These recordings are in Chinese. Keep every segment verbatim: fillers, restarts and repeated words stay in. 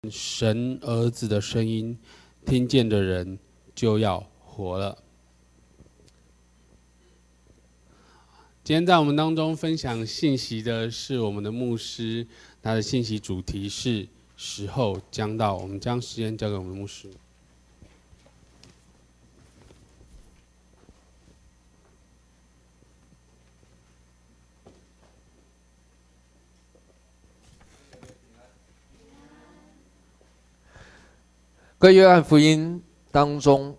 神儿子的声音，听见的人就要活了。今天在我们当中分享信息的是我们的牧师，他的信息主题是时候将到。我们将时间交给我们的牧师。 各约翰福音当中，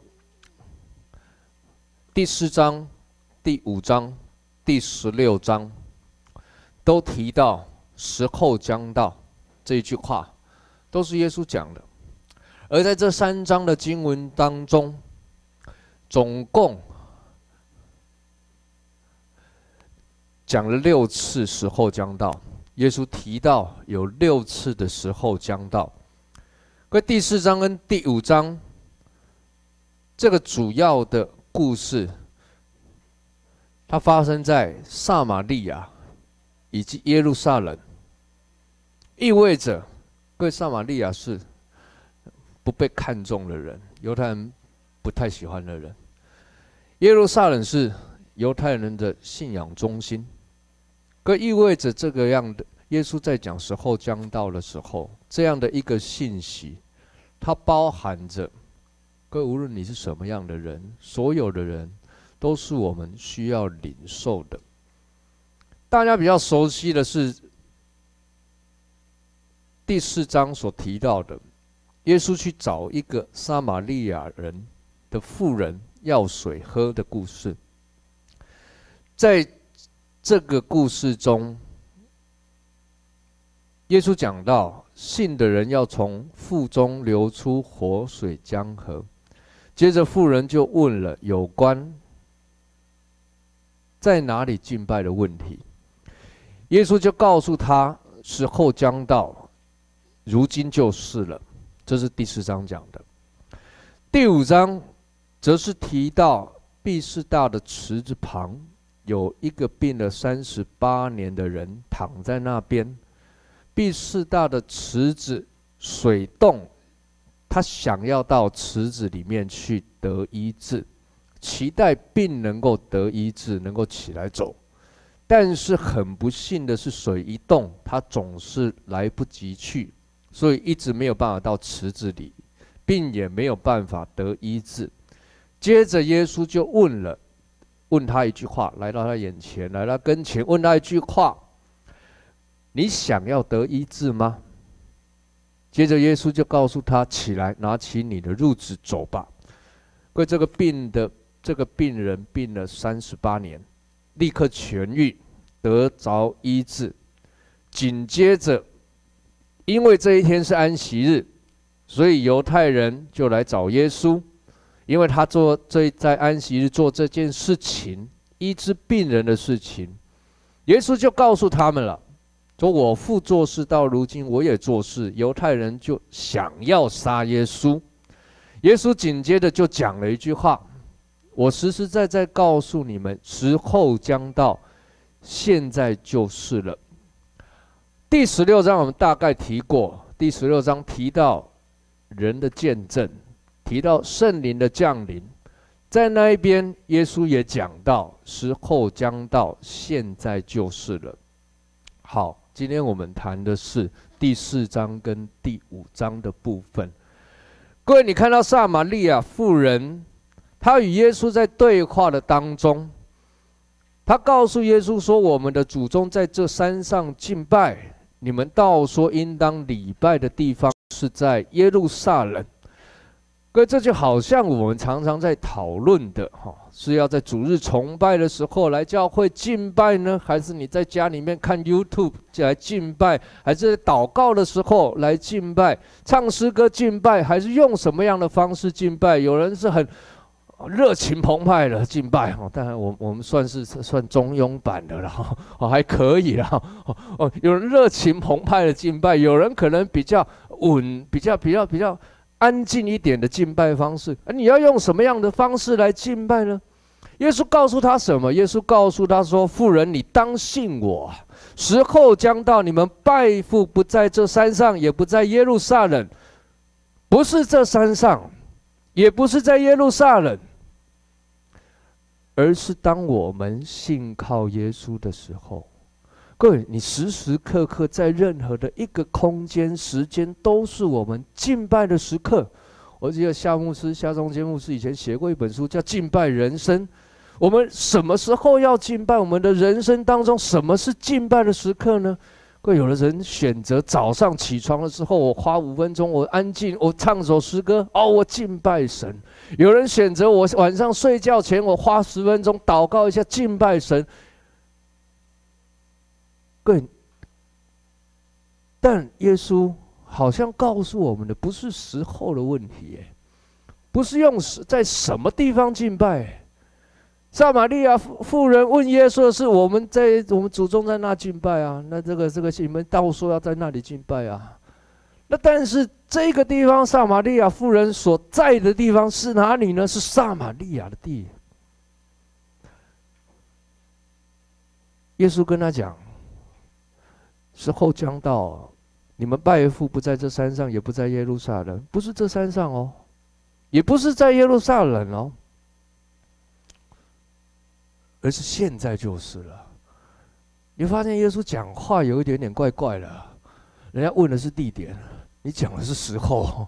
第四章、第五章、第十六章都提到“时候将到”这一句话，都是耶稣讲的。而在这三章的经文当中，总共讲了六次“时候将到”。耶稣提到有六次的时候将到。在第四章跟第五章，这个主要的故事，它发生在撒玛利亚以及耶路撒冷，意味着各位撒玛利亚是不被看重的人，犹太人不太喜欢的人；耶路撒冷是犹太人的信仰中心，这意味着这个样的。耶稣在讲时候将到的时候，这样的一个信息，它包含着各位，无论你是什么样的人，所有的人都是我们需要领受的。大家比较熟悉的是第四章所提到的，耶稣去找一个撒玛利亚人的妇人要水喝的故事。在这个故事中，耶稣讲到，信的人要从腹中流出活水江河。接着妇人就问了有关在哪里敬拜的问题，耶稣就告诉他，时候将到，如今就是了。这是第四章讲的。第五章则是提到毕士大的池子旁有一个病了三十八年的人躺在那边。毕士大的池子水动，他想要到池子里面去得医治，期待病能够得医治，能够起来走。但是很不幸的是，水一动，他总是来不及去，所以一直没有办法到池子里，病也没有办法得医治。接着耶稣就问了，问他一句话，来到他眼前，来到他跟前，问他一句话。你想要得医治吗？接着耶稣就告诉他，起来，拿起你的褥子走吧。为这个病的这个病人病了三十八年，立刻痊愈，得着医治。紧接着，因为这一天是安息日，所以犹太人就来找耶稣，因为他做这在安息日做这件事情，医治病人的事情，耶稣就告诉他们了。说我父做事到如今我也做事，犹太人就想要杀耶稣。耶稣紧接着就讲了一句话，我实实在在告诉你们，时候将到，现在就是了。第十六章我们大概提过，第十六章提到人的见证，提到圣灵的降临，在那一边耶稣也讲到，时候将到，现在就是了。好，今天我们谈的是第四章跟第五章的部分。各位，你看到撒玛利亚妇人，她与耶稣在对话的当中，她告诉耶稣说，我们的祖宗在这山上敬拜，你们倒说应当礼拜的地方是在耶路撒冷。各位，这就好像我们常常在讨论的，是要在主日崇拜的时候来教会敬拜呢，还是你在家里面看 YouTube 来敬拜，还是在祷告的时候来敬拜，唱诗歌敬拜，还是用什么样的方式敬拜？有人是很热情澎湃的敬拜，当然我我们算是算中庸版的了，还可以啦。有人热情澎湃的敬拜，有人可能比较稳，比较比较比较安静一点的敬拜方式。你要用什么样的方式来敬拜呢？ 耶稣告诉他什么？耶稣告诉他说：“妇人，你当信我，时候将到，你们拜父不在这山上，也不在耶路撒冷。不是这山上，也不是在耶路撒冷，而是当我们信靠耶稣的时候。”各位，你时时刻刻在任何的一个空间、时间，都是我们敬拜的时刻。我记得夏牧师、夏中坚牧师以前写过一本书，叫《敬拜人生》。我们什么时候要敬拜？我们的人生当中，什么是敬拜的时刻呢？各位，有的人选择早上起床的时候，我花五分钟，我安静，我唱首诗歌，哦，我敬拜神。有人选择我晚上睡觉前，我花十分钟祷告一下，敬拜神。各位，但耶稣好像告诉我们的不是时候的问题耶，不是用在什么地方敬拜。撒玛利亚妇人问耶稣的是：我们在我们祖宗在那敬拜啊，那这个这个你们倒说要在那里敬拜啊。那但是这个地方撒玛利亚妇人所在的地方是哪里呢？是撒玛利亚的地。耶稣跟他讲：时候将到，你们拜父不在这山上，也不在耶路撒冷。不是这山上哦，也不是在耶路撒冷哦，而是现在就是了。你发现耶稣讲话有一点点怪怪的，人家问的是地点，你讲的是时候。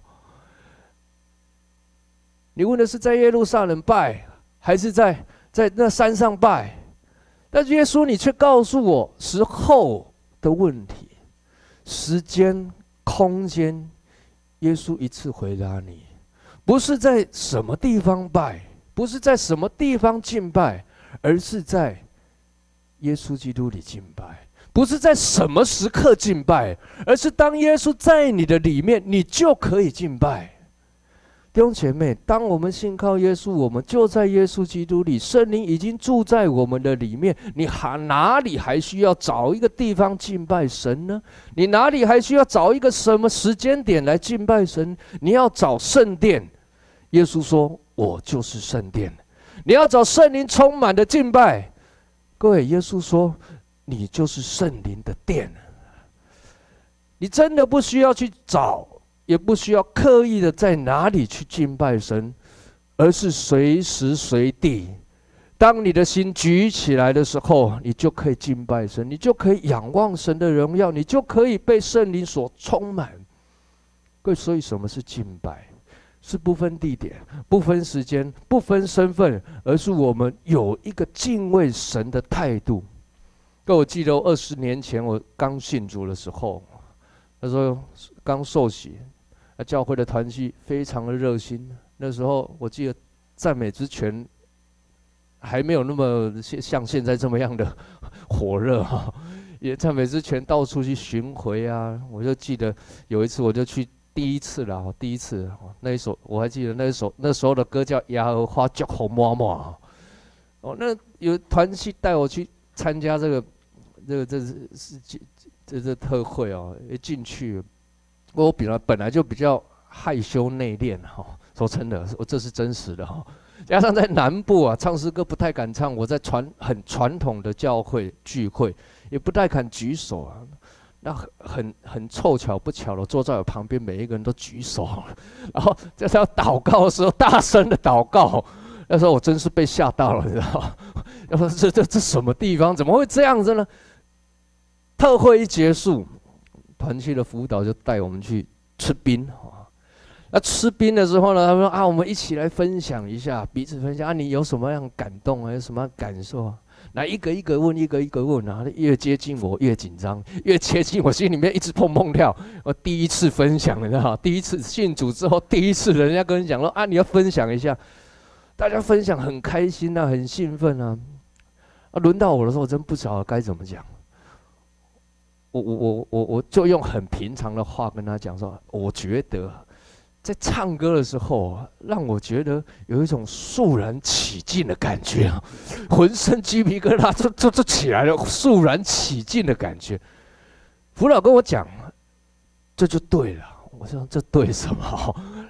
你问的是在耶路撒冷拜，还是在在那山上拜？但是耶稣你却告诉我时候的问题，时间、空间，耶稣一次回答你，不是在什么地方拜，不是在什么地方敬拜，而是在耶稣基督里敬拜；不是在什么时刻敬拜，而是当耶稣在你的里面，你就可以敬拜。弟兄姐妹，当我们信靠耶稣，我们就在耶稣基督里，圣灵已经住在我们的里面，你还哪里还需要找一个地方敬拜神呢？你哪里还需要找一个什么时间点来敬拜神？你要找圣殿，耶稣说：“我就是圣殿。”你要找圣灵充满的敬拜，各位，耶稣说：“你就是圣灵的殿。”你真的不需要去找。也不需要刻意的在哪里去敬拜神，而是随时随地，当你的心举起来的时候，你就可以敬拜神，你就可以仰望神的荣耀，你就可以被圣灵所充满。各位，所以什么是敬拜？是不分地点、不分时间、不分身份，而是我们有一个敬畏神的态度。各位，我记得二十年前我刚信主的时候，那时候刚受洗。那教会的团契非常的热心，那时候我记得赞美之泉还没有那么像现在这么样的火热哈，也赞美之泉到处去巡回啊。我就记得有一次我就去第一次了，第一次那一首我还记得那一首那时候的歌叫《耶和华祝福妈妈》哦，那有团契带我去参加这个这个这是是这这特会哦，一进去。我本来本来就比较害羞内敛哈，说真的，我这是真实的哈。加上在南部啊，唱诗歌不太敢唱，我在传很传统的教会聚会，也不太敢举手啊。那很很很凑巧不巧了，坐在我旁边每一个人都举手，然后在要祷告的时候大声的祷告，那时候我真是被吓到了，你知道吗？要说这这这什么地方，怎么会这样子呢？特会一结束。团契的辅导就带我们去吃冰啊，那吃冰的时候呢，他们说啊，我们一起来分享一下，彼此分享啊，你有什么样感动啊，有什么样感受啊？来一个一个问，一个一个问啊，越接近我越紧张，越接近我心里面一直砰砰跳。我第一次分享，你知道，第一次信主之后，第一次人家跟你讲说啊，你要分享一下，大家分享很开心啊，很兴奋啊。啊，轮到我的时候，我真不晓得该怎么讲。我我我我我就用很平常的话跟他讲说，我觉得在唱歌的时候，让我觉得有一种肃然起敬的感觉啊，浑身鸡皮疙瘩就就就起来了，肃然起敬的感觉。辅导跟我讲，这就对了。我说这对什么？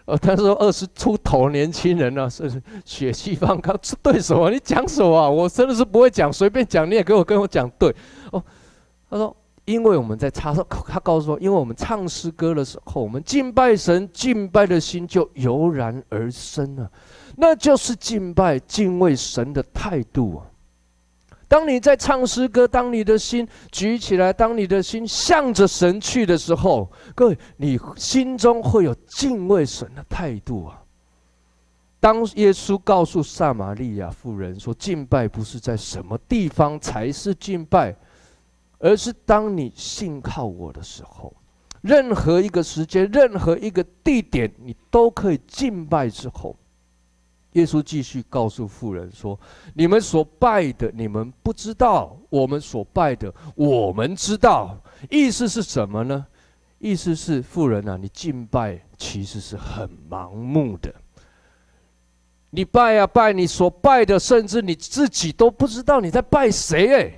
呃，他说二十出头年轻人啊，是血气方刚，这对什么？你讲什么啊？我真的是不会讲，随便讲你也给我跟我讲对。哦，他说，因为我们在唱，他告诉我，因为我们唱诗歌的时候，我们敬拜神，敬拜的心就油然而生了，那就是敬拜、敬畏神的态度啊。当你在唱诗歌，当你的心举起来，当你的心向着神去的时候，各位，你心中会有敬畏神的态度啊。当耶稣告诉撒玛利亚妇人说，敬拜不是在什么地方才是敬拜，而是当你信靠我的时候，任何一个时间，任何一个地点，你都可以敬拜之后，耶稣继续告诉妇人说：“你们所拜的，你们不知道；我们所拜的，我们知道。”意思是什么呢？意思是妇人啊，你敬拜其实是很盲目的。你拜啊拜，你所拜的，甚至你自己都不知道你在拜谁哎。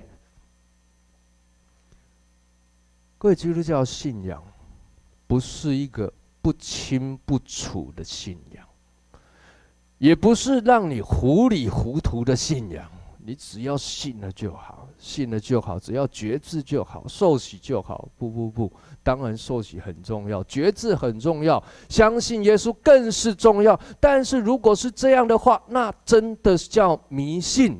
各位，基督教信仰不是一个不清不楚的信仰。也不是让你糊里糊涂的信仰，你只要信了就好，信了就好，只要觉知就好，受洗就好。不不不，当然受洗很重要，觉知很重要，相信耶稣更是重要。但是如果是这样的话，那真的叫迷信。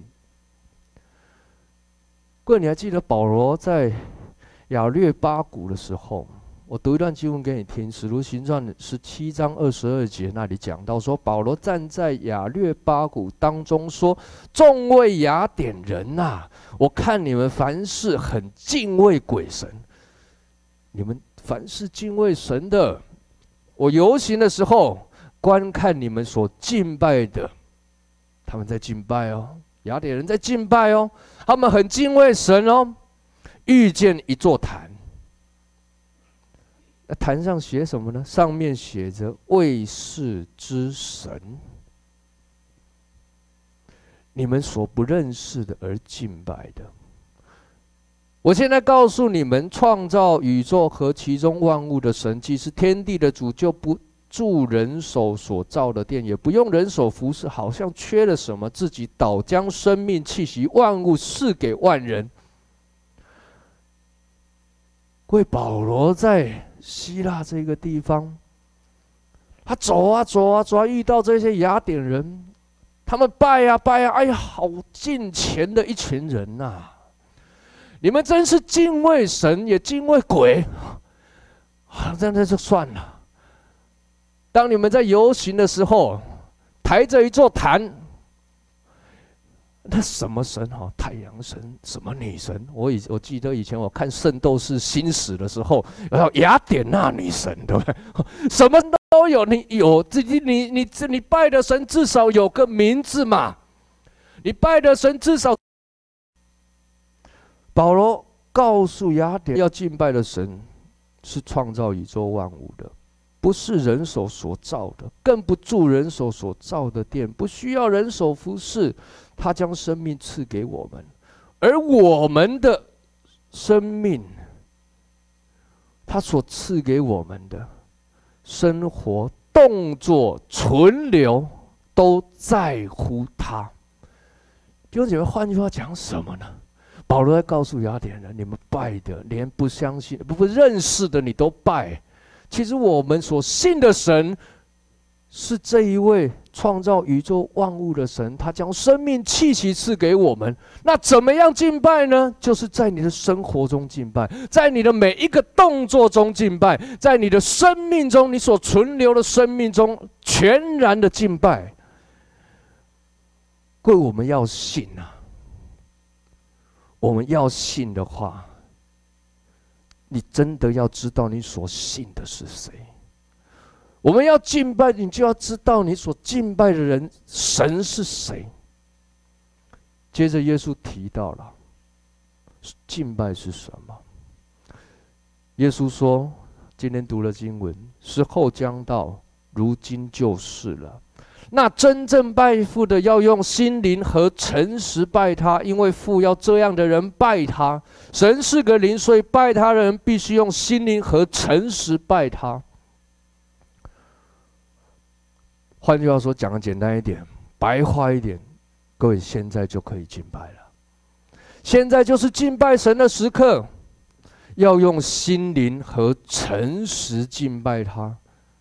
各位，你还记得保罗在亚略巴谷的时候？我读一段经文给你听，《使徒行传》十七章二十二节那里讲到说，保罗站在亚略巴谷当中说：“众位雅典人啊，我看你们凡事很敬畏鬼神，你们凡事敬畏神的。我游行的时候，观看你们所敬拜的，他们在敬拜哦，雅典人在敬拜哦，他们很敬畏神哦。遇见一座坛。”那坛上写什么呢？上面写着“卫士之神”，你们所不认识的而敬拜的。我现在告诉你们，创造宇宙和其中万物的神，既是天地的主，就不住人手所造的殿，也不用人手服侍，好像缺了什么，自己倒将生命气息万物赐给万人。各位，保罗在希腊这个地方，他走啊走啊走啊，遇到这些雅典人，他们拜啊拜啊，哎呀，好敬虔的一群人呐、啊！你们真是敬畏神，也敬畏鬼，啊，这样就算了。当你们在游行的时候，抬着一座坛。那什么神哈？太阳神，什么女神？我以我记得以前我看《圣斗士星矢》的时候，有雅典娜女神，对不对？什么都有，你有自己，你你你拜的神至少有个名字嘛？你拜的神至少。保罗告诉雅典，要敬拜的神是创造宇宙万物的，不是人手所造的，更不住人手所造的殿，不需要人手服侍。他将生命赐给我们，而我们的生命，他所赐给我们的生活、动作、存留，都在乎他。弟兄姐妹，换句话讲什么呢？保罗在告诉雅典人：你们拜的，连不相信、不不认识的，你都拜。其实我们所信的神，是这一位创造宇宙万物的神，他将生命气息赐给我们。那怎么样敬拜呢？就是在你的生活中敬拜，在你的每一个动作中敬拜，在你的生命中，你所存留的生命中，全然的敬拜。各位，我们要信啊！我们要信的话，你真的要知道你所信的是谁。我们要敬拜，你就要知道你所敬拜的人神是谁。接着耶稣提到了敬拜是什么。耶稣说，今天读了经文，时候将到，如今就是了。那真正拜父的，要用心灵和诚实拜他，因为父要这样的人拜他。神是个灵，所以拜他的人必须用心灵和诚实拜他。 换句话说，讲的简单一点，白话一点，各位现在就可以敬拜了。现在就是敬拜神的时刻，要用心灵和诚实敬拜他。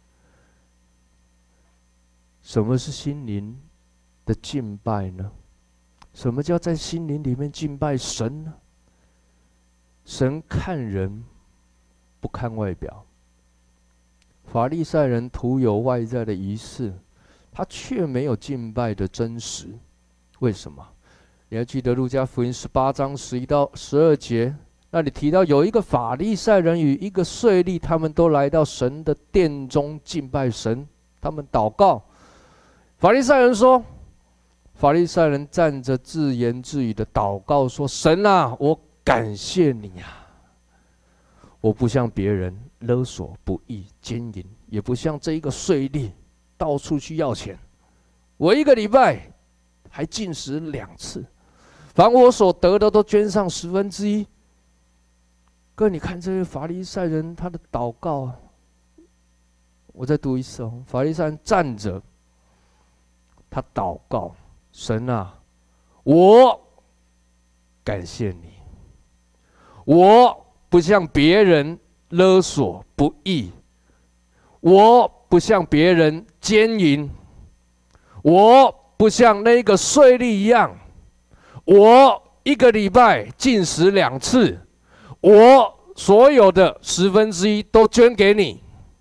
什么是心灵的敬拜呢？什么叫在心灵里面敬拜神呢？神看人，不看外表。法利赛人徒有外在的仪式，他却没有敬拜的真实。为什么？你还记得路加福音十八章十一到十二节，那里提到有一个法利赛人与一个税吏，他们都来到神的殿中敬拜神，他们祷告。法利赛人说，法利赛人站着自言自语的祷告说：“神啊，我感谢你啊，我不像别人勒索、不义、奸淫，也不像这一个税吏到处去要钱。我一个礼拜还进食两次。”凡我所得的都捐上十分之一。哥，你看这位法利赛人他的祷告，我再读一次哦。法利赛人站着，他祷告：神啊，我感谢你，我不像别人勒索不义，我不像别人奸淫，我不像那个税吏一样。我一个礼拜进食两次，我所有的十分之一都捐给你。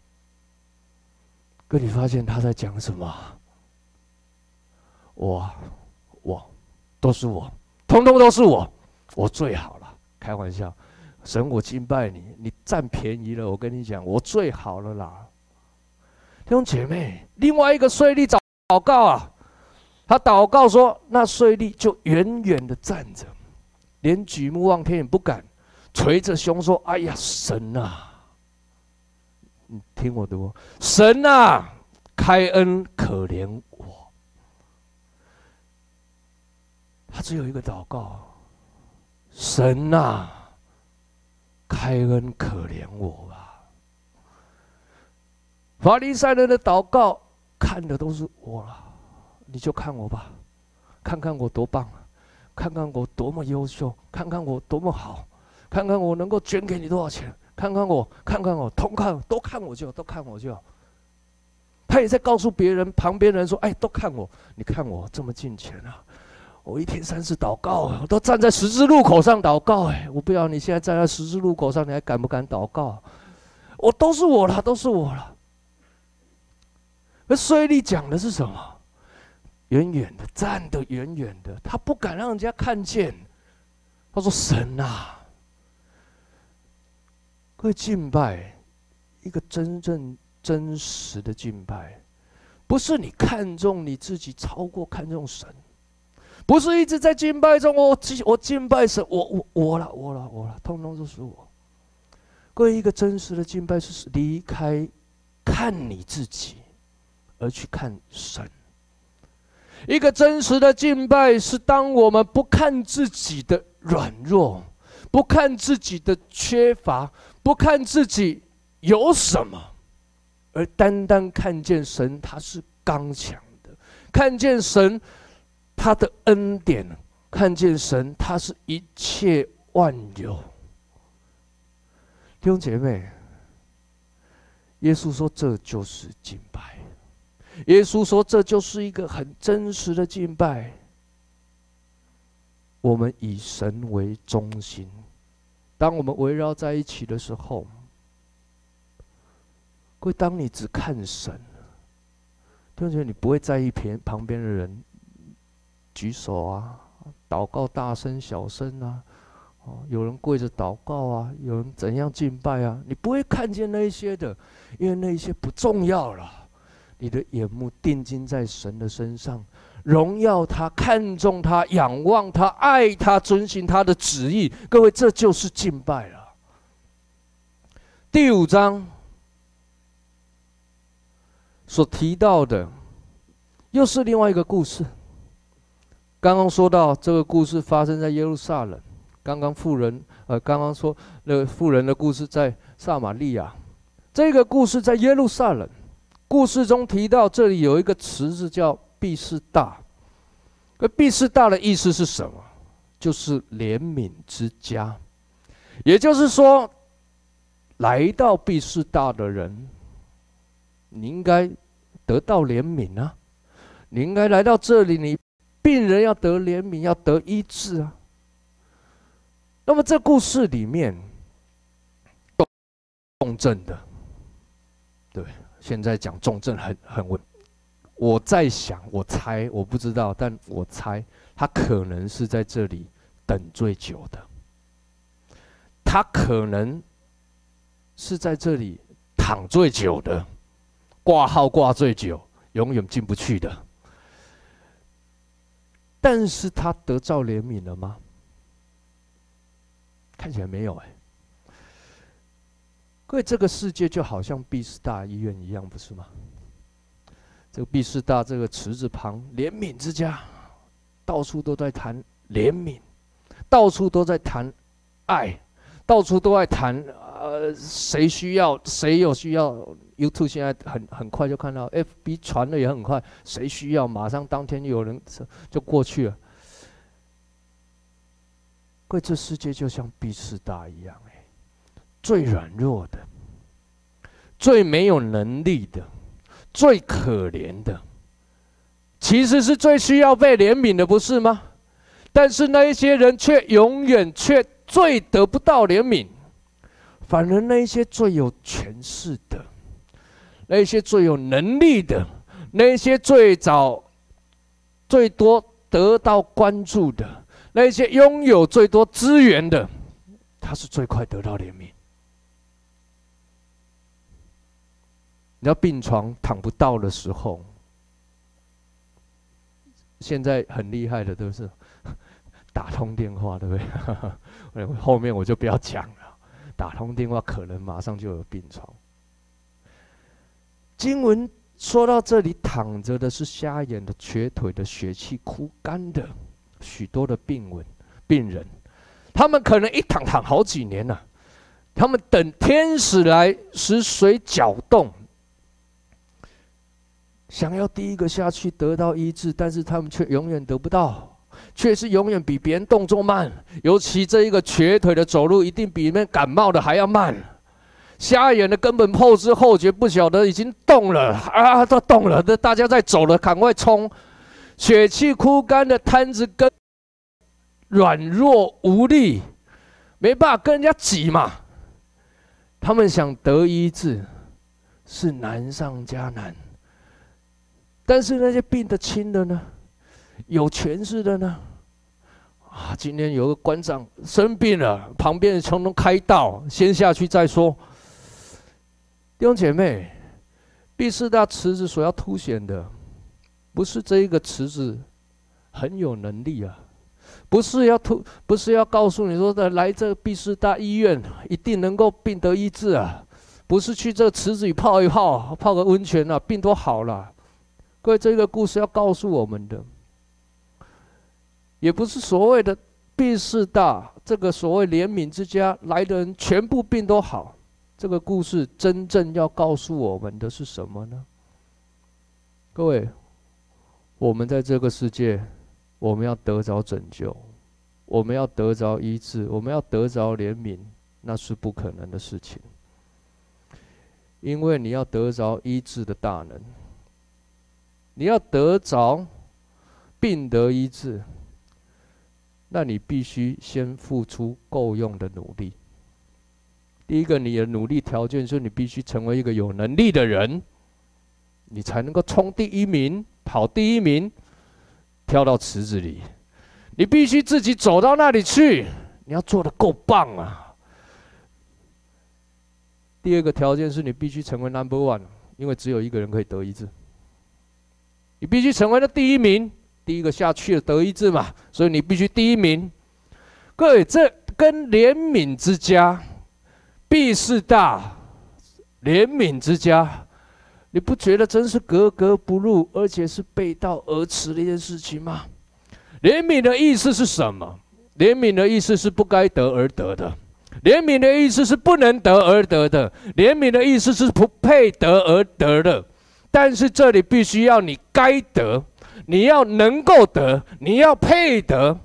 哥，你发现他在讲什么？我，我，都是我，通通都是我，我最好了。开玩笑，神，我敬拜你，你占便宜了。我跟你讲，我最好了啦。弟兄姐妹，另外一个税吏祷告啊。他祷告说：“那税吏就远远的站着，连举目望天也不敢，捶着胸说：‘哎呀，神啊！你听我的哦，神啊，开恩可怜我。’他只有一个祷告：神啊，开恩可怜我吧。法利赛人的祷告，看的都是我了。”你就看我吧，看看我多棒，看看我多么优秀，看看我多么好，看看我能够捐给你多少钱，看看我，看看我，通看都看我就好，都看我就好。他也在告诉别人，旁边人说：“哎，都看我，你看我这么敬虔啊！我一天三次祷告，我都站在十字路口上祷告。哎，我不知道你现在站在十字路口上，你还敢不敢祷告？我都是我了，都是我了。”而税吏讲的是什么？远远的站得远远的，他不敢让人家看见。他说：“神啊，各位敬拜，一个真正真实的敬拜，不是你看重你自己超过看重神，不是一直在敬拜中，我我敬拜神，我我我了我了我了，通通都是我。各位，一个真实的敬拜是离开看你自己，而去看神。”一个真实的敬拜是当我们不看自己的软弱，不看自己的缺乏，不看自己有什么，而单单看见神他是刚强的，看见神他的恩典，看见神他是一切万有。弟兄姐妹，耶稣说这就是敬拜。耶稣说：“这就是一个很真实的敬拜。我们以神为中心，当我们围绕在一起的时候，各位，当你只看神，弟兄姐妹，你不会在意旁旁边的人举手啊、祷告大声小声啊，哦，有人跪着祷告啊，有人怎样敬拜啊，你不会看见那一些的，因为那一些不重要了。”你的眼目定睛在神的身上，荣耀他，看重他，仰望他，爱他，遵行他的旨意。各位，这就是敬拜了。第五章所提到的，又是另外一个故事。刚刚说到这个故事发生在耶路撒冷，刚刚妇人，呃，刚刚说那个妇人的故事在撒玛利亚，这个故事在耶路撒冷。 故事中提到，这里有一个词字叫毕士大。而毕士大的意思是什么？就是怜悯之家。也就是说，来到毕士大的人，你应该得到怜悯啊！你应该来到这里，你病人要得怜悯，要得医治啊。那么这故事里面，重症的，对，现在讲重症很很稳。我在想，我猜，我不知道，但我猜他可能是在这里等最久的，他可能是在这里躺最久的，挂号挂最久，永远进不去的。但是他得到怜悯了吗？看起来没有哎。各位，这个世界就好像毕士大医院一样，不是吗？这个毕士大这个池字旁，怜悯之家，到处都在谈怜悯，到处都在谈爱，到处都在谈呃谁需要，谁有需要。YouTube 现在很很快就看到 ，F B 传的也很快，谁需要马上当天有人就过去了。各位，这世界就像毕士大一样，哎，最软弱的，最没有能力的。最可怜的，其实是最需要被怜悯的，不是吗？但是那一些人却永远却最得不到怜悯，反而那一些最有权势的，那一些最有能力的，那一些最早、最多得到关注的，那一些拥有最多资源的，他是最快得到怜悯。你知道病床躺不到的时候，现在很厉害的都是打通电话，对不对？后面我就不要讲了，打通电话可能马上就有病床。经文说到这里，躺着的是瞎眼的、瘸腿的、血气枯干的许多的病人，病人，他们可能一躺躺好几年了、啊，他们等天使来使水搅动。想要第一个下去得到医治，但是他们却永远得不到，却是永远比别人动作慢。尤其这一个瘸腿的走路，一定比那感冒的还要慢。瞎眼的根本后知后觉，不晓得已经动了啊，都动了，这大家在走了，赶快冲！血气枯干的瘫子跟软弱无力，没办法跟人家挤嘛。他们想得医治，是难上加难。但是那些病得轻的呢，有权势的呢，啊，今天有个馆长生病了，旁边从中开道，先下去再说。弟兄姐妹，毕士大池子所要凸显的，不是这一个池子很有能力啊，不是要突，不是要告诉你说的来这毕士大医院一定能够病得医治啊，不是去这个池子里泡一泡，泡个温泉啊，病都好了。各位，这个故事要告诉我们的，也不是所谓的毕士大这个所谓怜悯之家来的人全部病都好。这个故事真正要告诉我们的是什么呢？各位，我们在这个世界，我们要得着拯救，我们要得着医治，我们要得着怜悯，那是不可能的事情。因为你要得着医治的大能。你要得着病得医治，那你必须先付出够用的努力。第一个，你的努力条件是你必须成为一个有能力的人，你才能够冲第一名、跑第一名、跳到池子里。你必须自己走到那里去，你要做得够棒啊。第二个条件是你必须成为 number one， 因为只有一个人可以得医治。你必须成为了第一名，第一个下去了得医治嘛，所以你必须第一名。各位，这跟怜悯之家、毕士大怜悯之家，你不觉得真是格格不入，而且是背道而驰的一件事情吗？怜悯的意思是什么？怜悯的意思是不该得而得的，怜悯的意思是不能得而得的，怜悯的意思是不配得而得的。 但是这里必须要你该得，你要能够得，你要配得。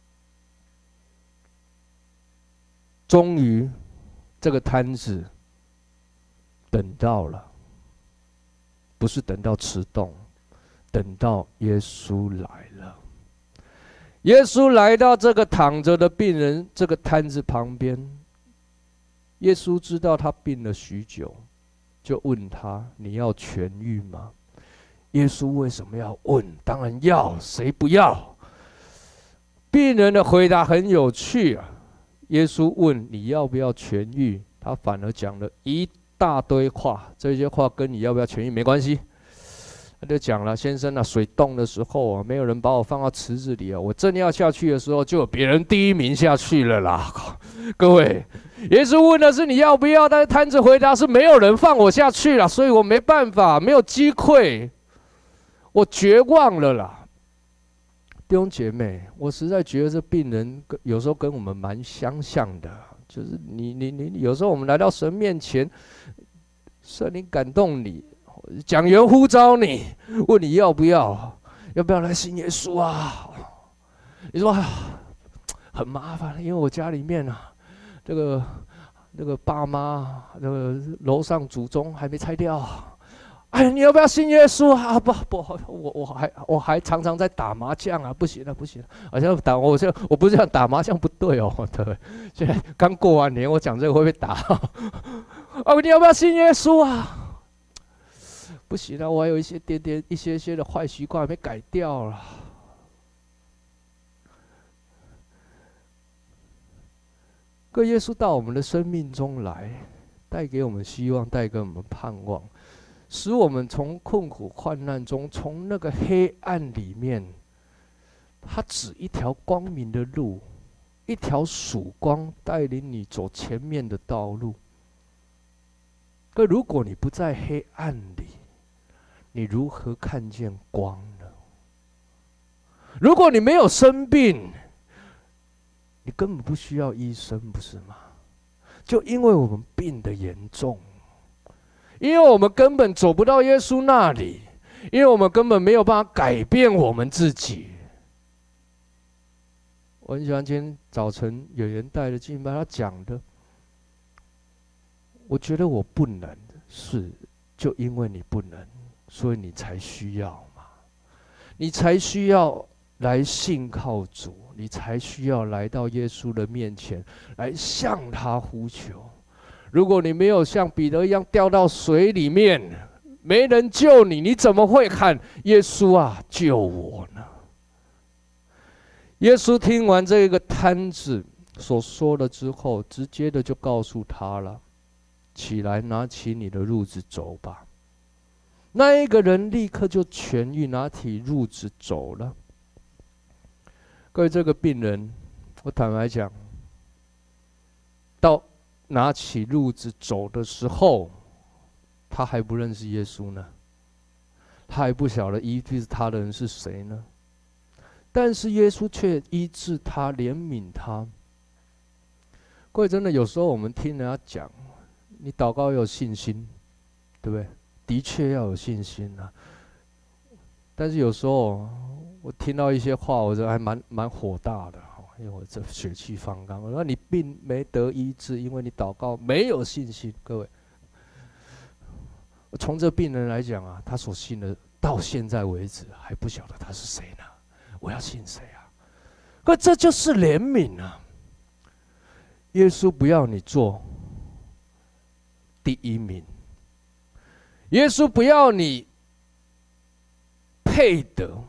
终于，这个摊子等到了，不是等到吃冻，等到耶稣来了。耶稣来到这个躺着的病人这个摊子旁边，耶稣知道他病了许久，就问他：“你要痊愈吗？”耶稣为什么要问？当然要，谁不要？病人的回答很有趣啊。耶稣问你要不要痊愈，他反而讲了一大堆话，这些话跟你要不要痊愈没关系。他就讲了：“先生啊，水冻的时候啊，没有人把我放到池子里啊，我正要下去的时候，就有别人第一名下去了啦。”各位，耶稣问的是你要不要，但是摊子回答是没有人放我下去了，所以我没办法，没有机会，我绝望了啦。弟兄姐妹，我实在觉得这病人有时候跟我们蛮相像的，就是你你你，有时候我们来到神面前，圣灵感动你。讲员呼召你，问你要不要，要不要来信耶稣啊？你说很麻烦，因为我家里面啊，这个这个爸妈，这个楼上祖宗还没拆掉。哎，你要不要信耶稣啊？不不，我我还我还常常在打麻将啊，不行了不行了，好像打我这我不是想打麻将不对哦，对，现在刚过完年，我讲这个会被打。哦，你要不要信耶稣啊？不行了，我还有一些点点、一些些的坏习惯还没改掉了。各耶稣到我们的生命中来，带给我们希望，带给我们盼望，使我们从困苦患难中，从那个黑暗里面，他指一条光明的路，一条曙光，带领你走前面的道路。可如果你不在黑暗里，你如何看见光呢？如果你没有生病，你根本不需要医生，不是吗？就因为我们病得严重，因为我们根本走不到耶稣那里，因为我们根本没有办法改变我们自己。我很喜欢今天早晨有人带着敬拜，他讲的，我觉得我不能，是就因为你不能，所以你才需要嘛，你才需要来信靠主，你才需要来到耶稣的面前，来向他呼求。如果你没有像彼得一样掉到水里面，没人救你，你怎么会喊耶稣啊，救我呢？耶稣听完这个摊子所说的之后，直接的就告诉他了：起来，拿起你的褥子走吧。那一个人立刻就痊愈，拿起褥子走了。各位，这个病人，我坦白讲，到拿起褥子走的时候，他还不认识耶稣呢，他还不晓得医治他的人是谁呢。但是耶稣却医治他，怜悯他。各位，真的有时候我们听人家讲，你祷告要有信心，对不对？的确要有信心啊。但是有时候我听到一些话，我觉得还蛮蛮火大的，因为我这血气方刚。我说你病没得医治，因为你祷告没有信心。各位，从这病人来讲啊，他所信的到现在为止还不晓得他是谁呢？我要信谁啊？可这就是怜悯啊！耶稣不要你做第一名，耶稣不要你配得，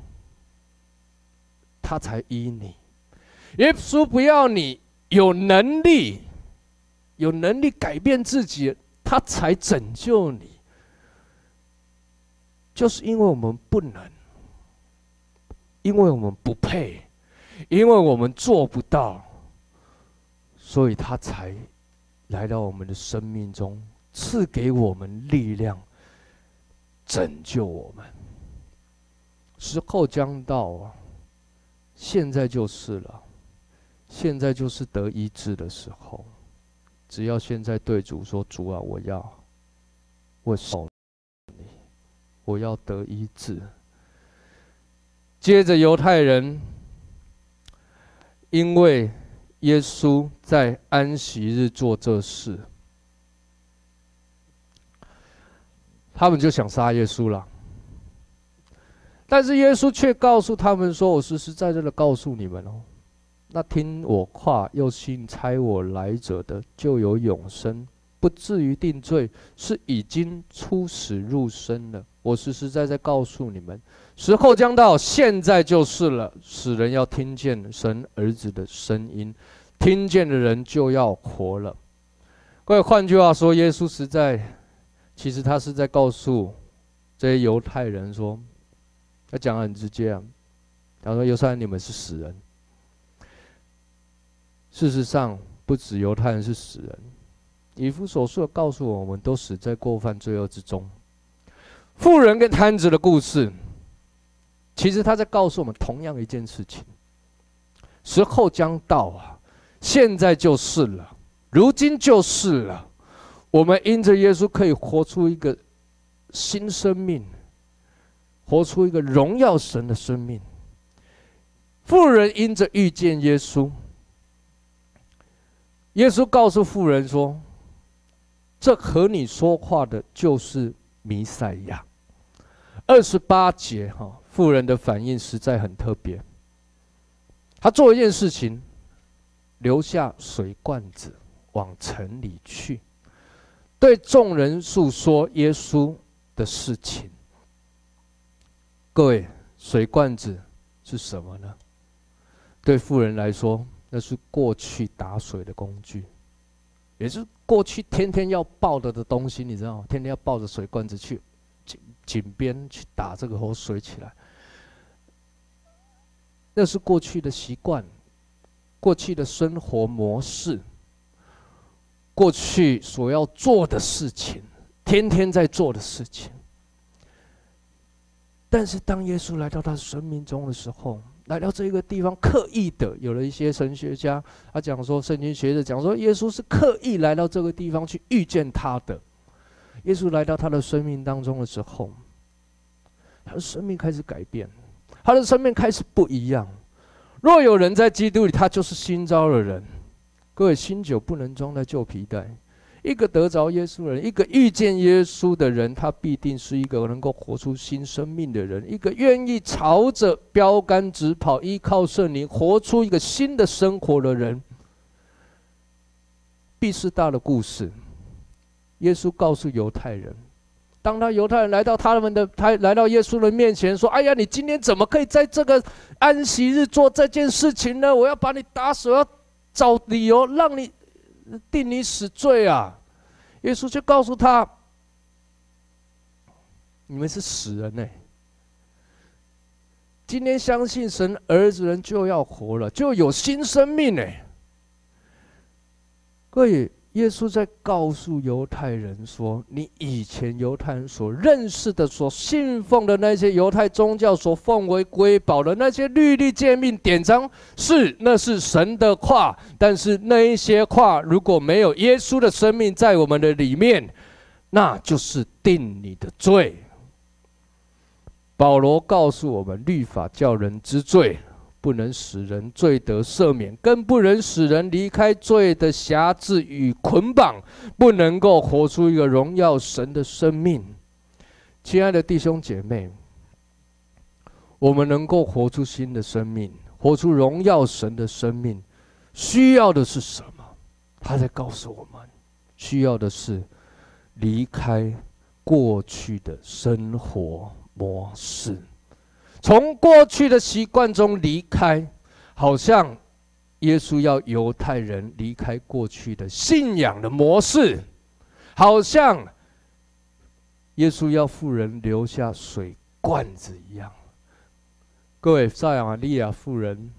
他才医你；耶稣不要你有能力，有能力改变自己，他才拯救你。就是因为我们不能，因为我们不配，因为我们做不到，所以他才来到我们的生命中，赐给我们力量，拯救我们。时候将到啊，现在就是了，现在就是得医治的时候。只要现在对主说：“主啊，我要，我受你， 我要得医治。接着犹太人因为耶稣在安息日做这事，他们就想杀耶稣了。但是耶稣却告诉他们说：“我实实在在的告诉你们哦，那听我话又信差我来者的，就有永生，不至于定罪，是已经出死入生了。我实实在在告诉你们，时候将到，现在就是了。使人要听见神儿子的声音，听见的人就要活了。”各位，换句话说，耶稣实在，其实他是在告诉这些犹太人说，他讲得很直接啊，他说：“犹太人，你们是死人。”事实上，不止犹太人是死人，以弗所书告诉我们，都死在过犯罪恶之中。妇人跟摊子的故事，其实他在告诉我们同样一件事情：时候将到啊，现在就是了，如今就是了。我们因着耶稣可以活出一个新生命，活出一个荣耀神的生命。妇人因着遇见耶稣，耶稣告诉妇人说：“这和你说话的就是弥赛亚。”二十八节哈，妇人的反应实在很特别。她做一件事情，留下水罐子往城里去，对众人诉说耶稣的事情。各位，水罐子是什么呢？对妇人来说，那是过去打水的工具，也是过去天天要抱着的东西，你知道吗？天天要抱着水罐子去井井边去打这个河水起来，那是过去的习惯，过去的生活模式，过去所要做的事情，天天在做的事情。但是当耶稣来到他生命中的时候，来到这个地方，刻意的，有了一些神学家，他讲说，圣经学者讲说，耶稣是刻意来到这个地方去遇见他的。耶稣来到他的生命当中的时候，他的生命开始改变，他的生命开始不一样。若有人在基督里，他就是新造的人。各位，新酒不能装在旧皮袋。一个得着耶稣的人，一个遇见耶稣的人，他必定是一个能够活出新生命的人，一个愿意朝着标杆直跑，依靠圣灵，活出一个新的生活的人。毕士大的故事，耶稣告诉犹太人，当他犹太人来到他们的，他来到耶稣的面前，说：“哎呀，你今天怎么可以在这个安息日做这件事情呢？我要把你打死，我要找理由让你定你死罪啊！”耶稣就告诉他：“你们是死人呢、欸。今天相信神儿子人就要活了，就有新生命呢、欸。”各位，耶稣在告诉犹太人说：“你以前犹太人所认识的、所信奉的那些犹太宗教所奉为瑰宝的那些律例诫命典章，是那是神的话，但是那一些话如果没有耶稣的生命在我们的里面，那就是定你的罪。”保罗告诉我们，律法叫人知罪，不能使人罪得赦免，更不能使人离开罪的辖制与捆绑，不能够活出一个荣耀神的生命。亲爱的弟兄姐妹，我们能够活出新的生命，活出荣耀神的生命，需要的是什么？他在告诉我们，需要的是离开过去的生活模式，从过去的习惯中离开，好像耶稣要犹太人离开过去的信仰的模式，好像耶稣要妇人留下水罐子一样。各位，撒玛利亚妇人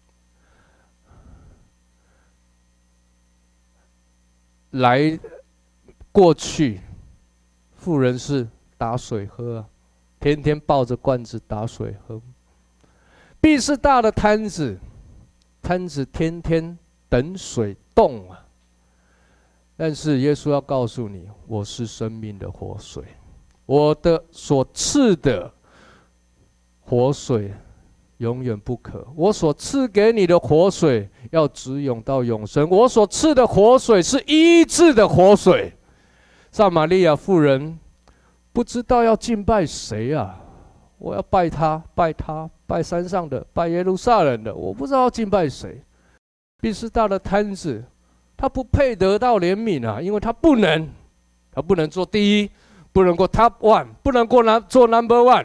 来过去，妇人是打水喝啊，天天抱着罐子打水喝。毕士大的摊子，摊子天天等水动啊。但是耶稣要告诉你，我是生命的活水， 我的所赐的活水永远不渴，我所赐给你的活水要直涌到永生。我所赐的活水是医治的活水。撒玛利亚妇人不知道要敬拜谁啊？我要拜他，拜他，拜山上的，拜耶路撒冷的，我不知道要敬拜谁。毕士大的摊子，他不配得到怜悯啊，因为他不能，他不能做第一，不能够 top one， 不能够做 number one。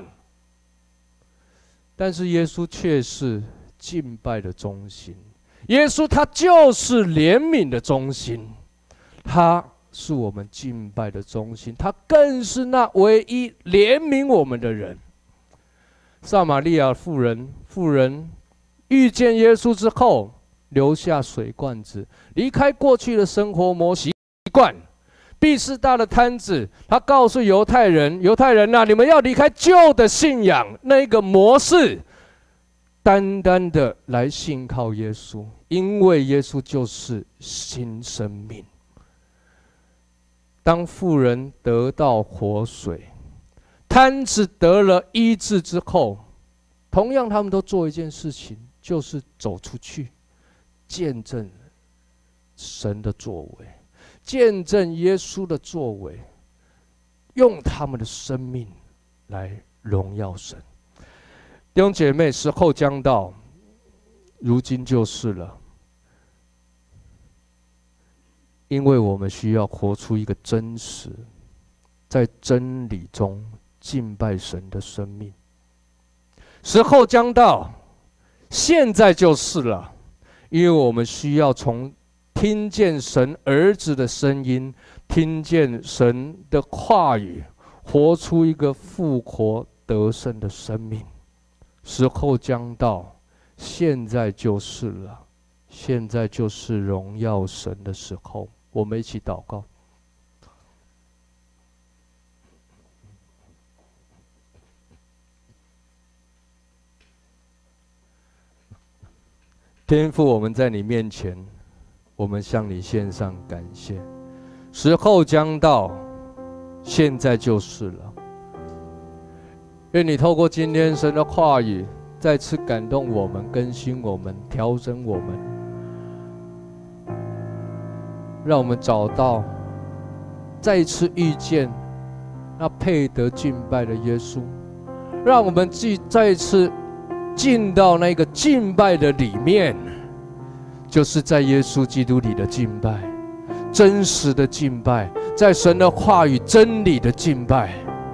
但是耶稣却是敬拜的中心，耶稣他就是怜悯的中心，他是我们敬拜的中心，他更是那唯一怜悯我们的人。撒玛利亚妇人，妇人遇见耶稣之后，留下水罐子，离开过去的生活模式习惯。毕士大的摊子，他告诉犹太人：犹太人啊，你们要离开旧的信仰那个模式，单单的来信靠耶稣，因为耶稣就是新生命。当妇人得到活水，摊子得了医治之后，同样他们都做一件事情，就是走出去，见证神的作为，见证耶稣的作为，用他们的生命来荣耀神。弟兄姐妹，时候将到，如今就是了。因为我们需要活出一个真实，在真理中敬拜神的生命。时候将到，现在就是了。因为我们需要从听见神儿子的声音，听见神的话语，活出一个复活得胜的生命。时候将到，现在就是了。现在就是荣耀神的时候。我们一起祷告。天父，我们在你面前，我们向你献上感谢。时候将到，现在就是了。愿你透过今天神的话语，再次感动我们，更新我们，调整我们，让我们找到，再一次遇见那配得敬拜的耶稣，让我们再一次进到那个敬拜的里面，就是在耶稣基督里的敬拜，真实的敬拜，在神的话语真理的敬拜。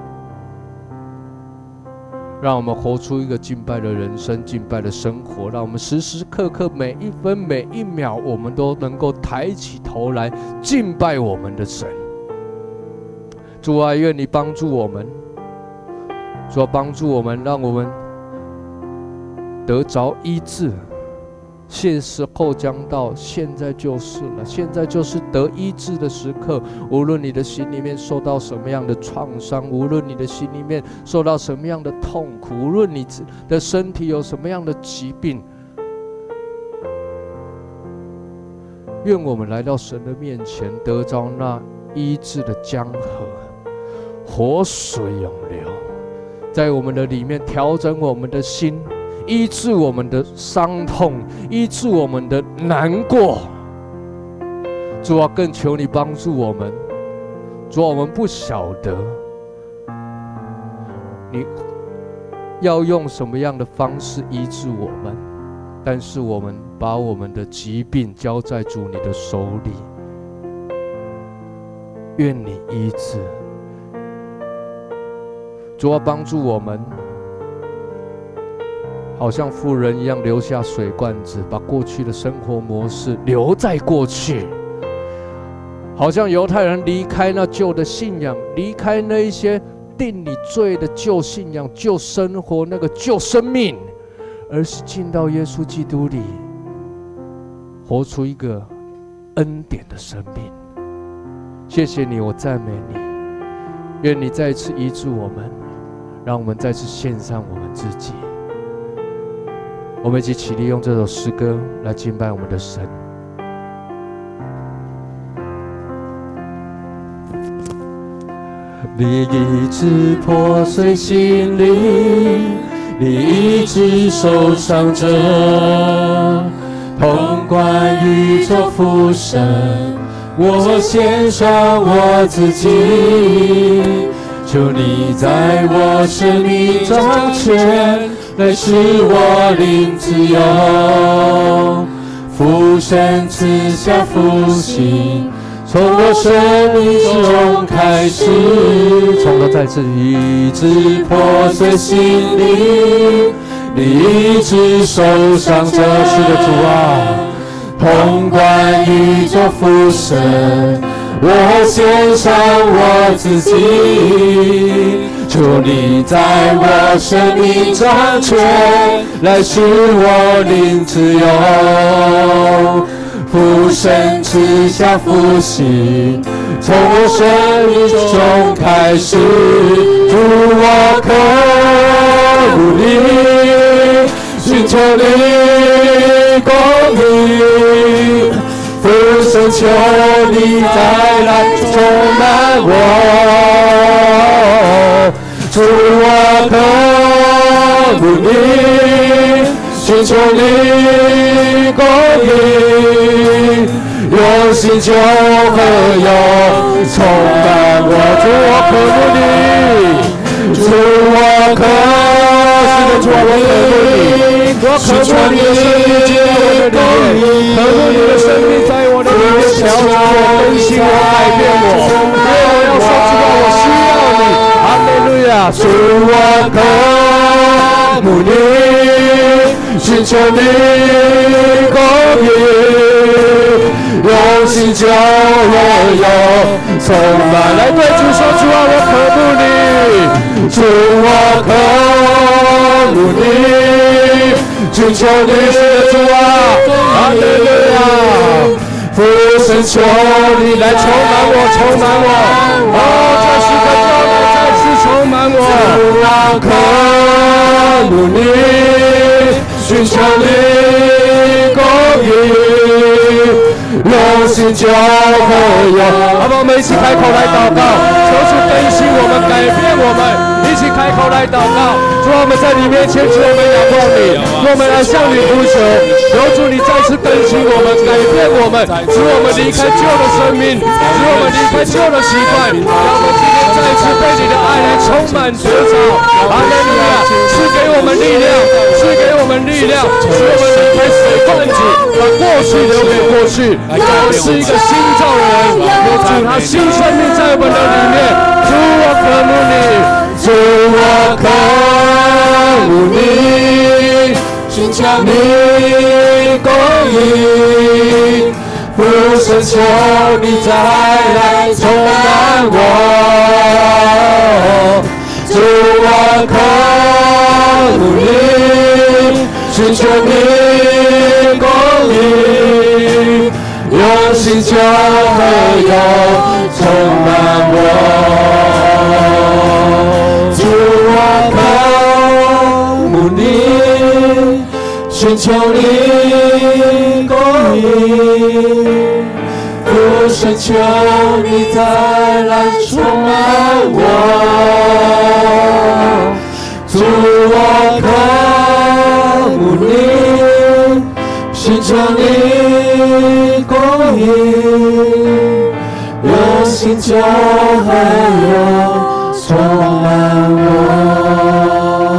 让我们活出一个敬拜的人生，敬拜的生活，让我们时时刻刻每一分每一秒，我们都能够抬起头来敬拜我们的神。主啊，愿你帮助我们，主啊，帮助我们，让我们得着医治。现时候将到，现在就是了，现在就是得医治的时刻。无论你的心里面受到什么样的创伤，无论你的心里面受到什么样的痛苦，无论你的身体有什么样的疾病，愿我们来到神的面前，得着那医治的江河，活水涌流，在我们的里面调整我们的心，医治我们的伤痛，医治我们的难过。主啊，更求你帮助我们。主啊，我们不晓得你要用什么样的方式医治我们，但是我们把我们的疾病交在主你的手里，愿你医治。主啊，帮助我们，好像妇人一样留下水罐子，把过去的生活模式留在过去，好像犹太人离开那旧的信仰，离开那一些定你罪的旧信仰、旧生活、那个旧生命，而是进到耶稣基督里，活出一个恩典的生命。谢谢你，我赞美你。愿你再次医治我们，让我们再次献上我们自己。我们一起起立，用这首诗歌来敬拜我们的神。 你医治破碎心灵，你医治受伤者，统管宇宙福神。我献上我自己，求你在我生命掌权，来使我灵自由。父神赐下复兴，从我生命中开始，从头再次医治破碎心灵，你医治受伤者。是的，主啊，统管宇宙福神，我献上我自己，求你在我生命掌权，来使我灵自由。父神赐下复兴，从我生命中开始，主我渴慕你，寻求你公义。父神求你再来充满我，主我渴慕你，寻求你公义，用心就会有充满我。主我渴慕你，主我渴是的，主我渴慕你，我渴慕你的生命进入我的里面，渴慕你的生命在我的里面调整我、更新我、改变我。因为我要说出话，我需要你。哈利路亚！主我渴慕你，寻求你公义，用心就会有充满。来对主说，主啊，我渴慕你，主我渴慕你，寻求你的主啊，哈利路亚！父神求你来充满我，充满我，哦，这时刻就来再次充满我。主我渴慕你，寻求你公义，用心就会有。好不好？我们一起开口来祷告，求主更新我们，改变我们。一起开口来祷告，主，我们在你面前，主，我们仰望你，我们来向你呼求，求主你再次更新我们，改变我们，使我们离开旧的生命，使我们离开旧的习惯，让我们今天再次被你的爱来充满得着。哈利路亚！赐给我们力量，赐给我们力量，使我们离开水罐子，把过去留给过去，让我们是一个新造的人，有主他新生命在我们的里面。主，我渴慕你。主我渴慕你，寻求你公义，父神求你再来充满我。主我渴慕你，寻求你公义，用心就会有充满我。主我渴慕你，寻求你公义，父神求你再来充满我。主我渴慕你，寻求你公义，用心就会有充满我，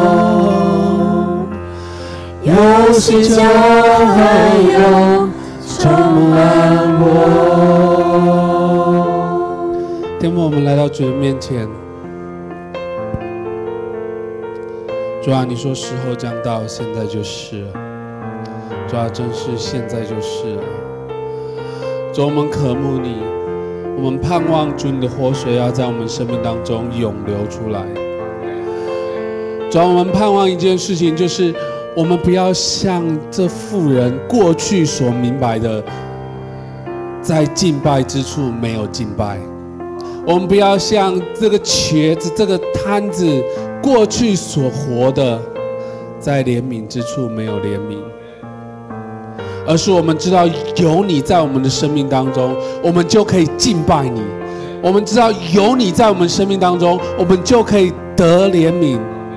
用心就会有充满我。 天父，我们来到主的面前，主啊，你说时候将到，现在就是了。主啊，真是现在就是了。主，我们渴慕你，我们盼望主你的活水要在我们生命当中涌流出来。主啊，我们盼望一件事情，就是我们不要像这妇人过去所明白的，在敬拜之处没有敬拜。我们不要像这个瘸子、这个摊子过去所活的，在怜悯之处没有怜悯，而是我们知道有你在我们的生命当中，我们就可以敬拜你， 我们知道有你在我们生命当中，我们就可以得怜悯。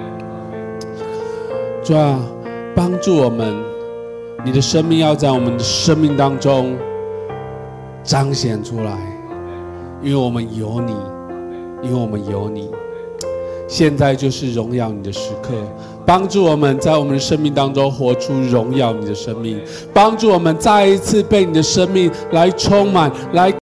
主啊，帮助我们，你的生命要在我们的生命当中彰显出来，因为我们有你，因为我们有你。现在就是荣耀你的时刻，帮助我们在我们的生命当中活出荣耀你的生命，帮助我们再一次被你的生命来充满，来